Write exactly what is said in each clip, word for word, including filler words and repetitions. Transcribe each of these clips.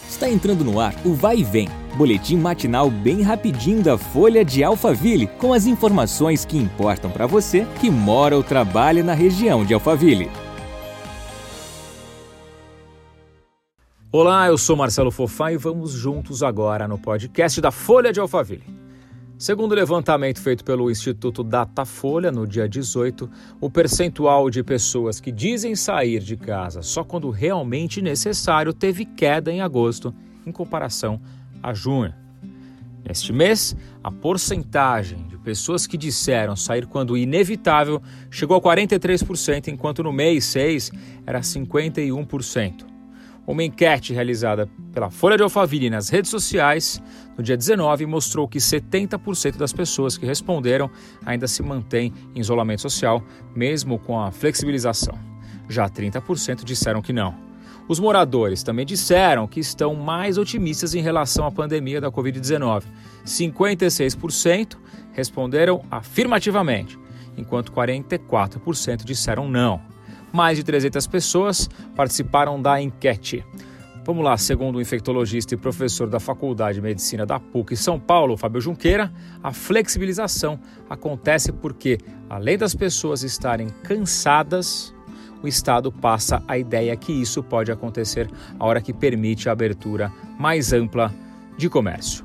Está entrando no ar o Vai e Vem, boletim matinal bem rapidinho da Folha de Alphaville, com as informações que importam para você que mora ou trabalha na região de Alphaville. Olá, eu sou Marcelo Fofá e vamos juntos agora no podcast da Folha de Alphaville. Segundo o levantamento feito pelo Instituto Datafolha, no dia dezoito, o percentual de pessoas que dizem sair de casa só quando realmente necessário teve queda em agosto, em comparação a junho. Neste mês, a porcentagem de pessoas que disseram sair quando inevitável chegou a quarenta e três por cento, enquanto no mês seis era cinquenta e um por cento. Uma enquete realizada pela Folha de Alphaville nas redes sociais, no dia dezenove, mostrou que setenta por cento das pessoas que responderam ainda se mantêm em isolamento social, mesmo com a flexibilização. Já trinta por cento disseram que não. Os moradores também disseram que estão mais otimistas em relação à pandemia da covid dezenove. cinquenta e seis por cento responderam afirmativamente, enquanto quarenta e quatro por cento disseram não. Mais de trezentas pessoas participaram da enquete. Vamos lá, segundo o infectologista e professor da Faculdade de Medicina da P U C São Paulo, Fábio Junqueira, a flexibilização acontece porque, além das pessoas estarem cansadas, o Estado passa a ideia que isso pode acontecer a hora que permite a abertura mais ampla de comércio.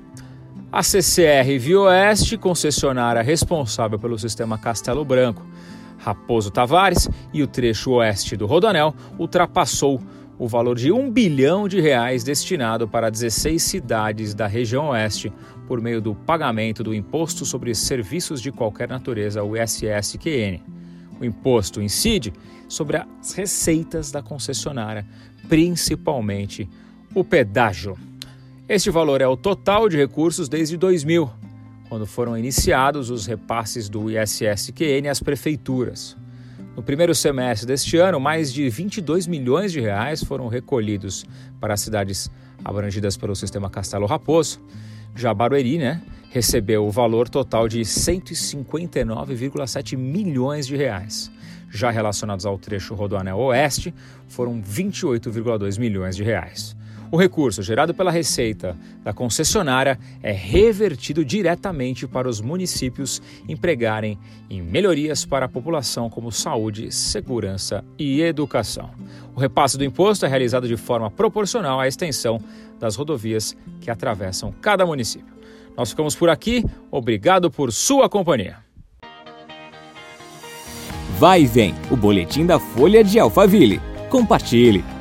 A C C R Vioeste, concessionária responsável pelo sistema Castelo Branco, Raposo Tavares e o trecho oeste do Rodoanel, ultrapassou o valor de um bilhão de reais destinado para dezesseis cidades da região oeste por meio do pagamento do Imposto sobre Serviços de Qualquer Natureza, o I S S Q N. O imposto incide sobre as receitas da concessionária, principalmente o pedágio. Este valor é o total de recursos desde dois mil, quando foram iniciados os repasses do I S S Q N às prefeituras. No primeiro semestre deste ano, mais de vinte e dois milhões de reais foram recolhidos para as cidades abrangidas pelo sistema Castelo Raposo. Já Barueri, né, recebeu o valor total de cento e cinquenta e nove vírgula sete milhões de reais. Já relacionados ao trecho Rodoanel Oeste, foram vinte e oito vírgula dois milhões de reais. O recurso gerado pela receita da concessionária é revertido diretamente para os municípios empregarem em melhorias para a população como saúde, segurança e educação. O repasse do imposto é realizado de forma proporcional à extensão das rodovias que atravessam cada município. Nós ficamos por aqui. Obrigado por sua companhia. Vai e Vem, o boletim da Folha de Alphaville. Compartilhe.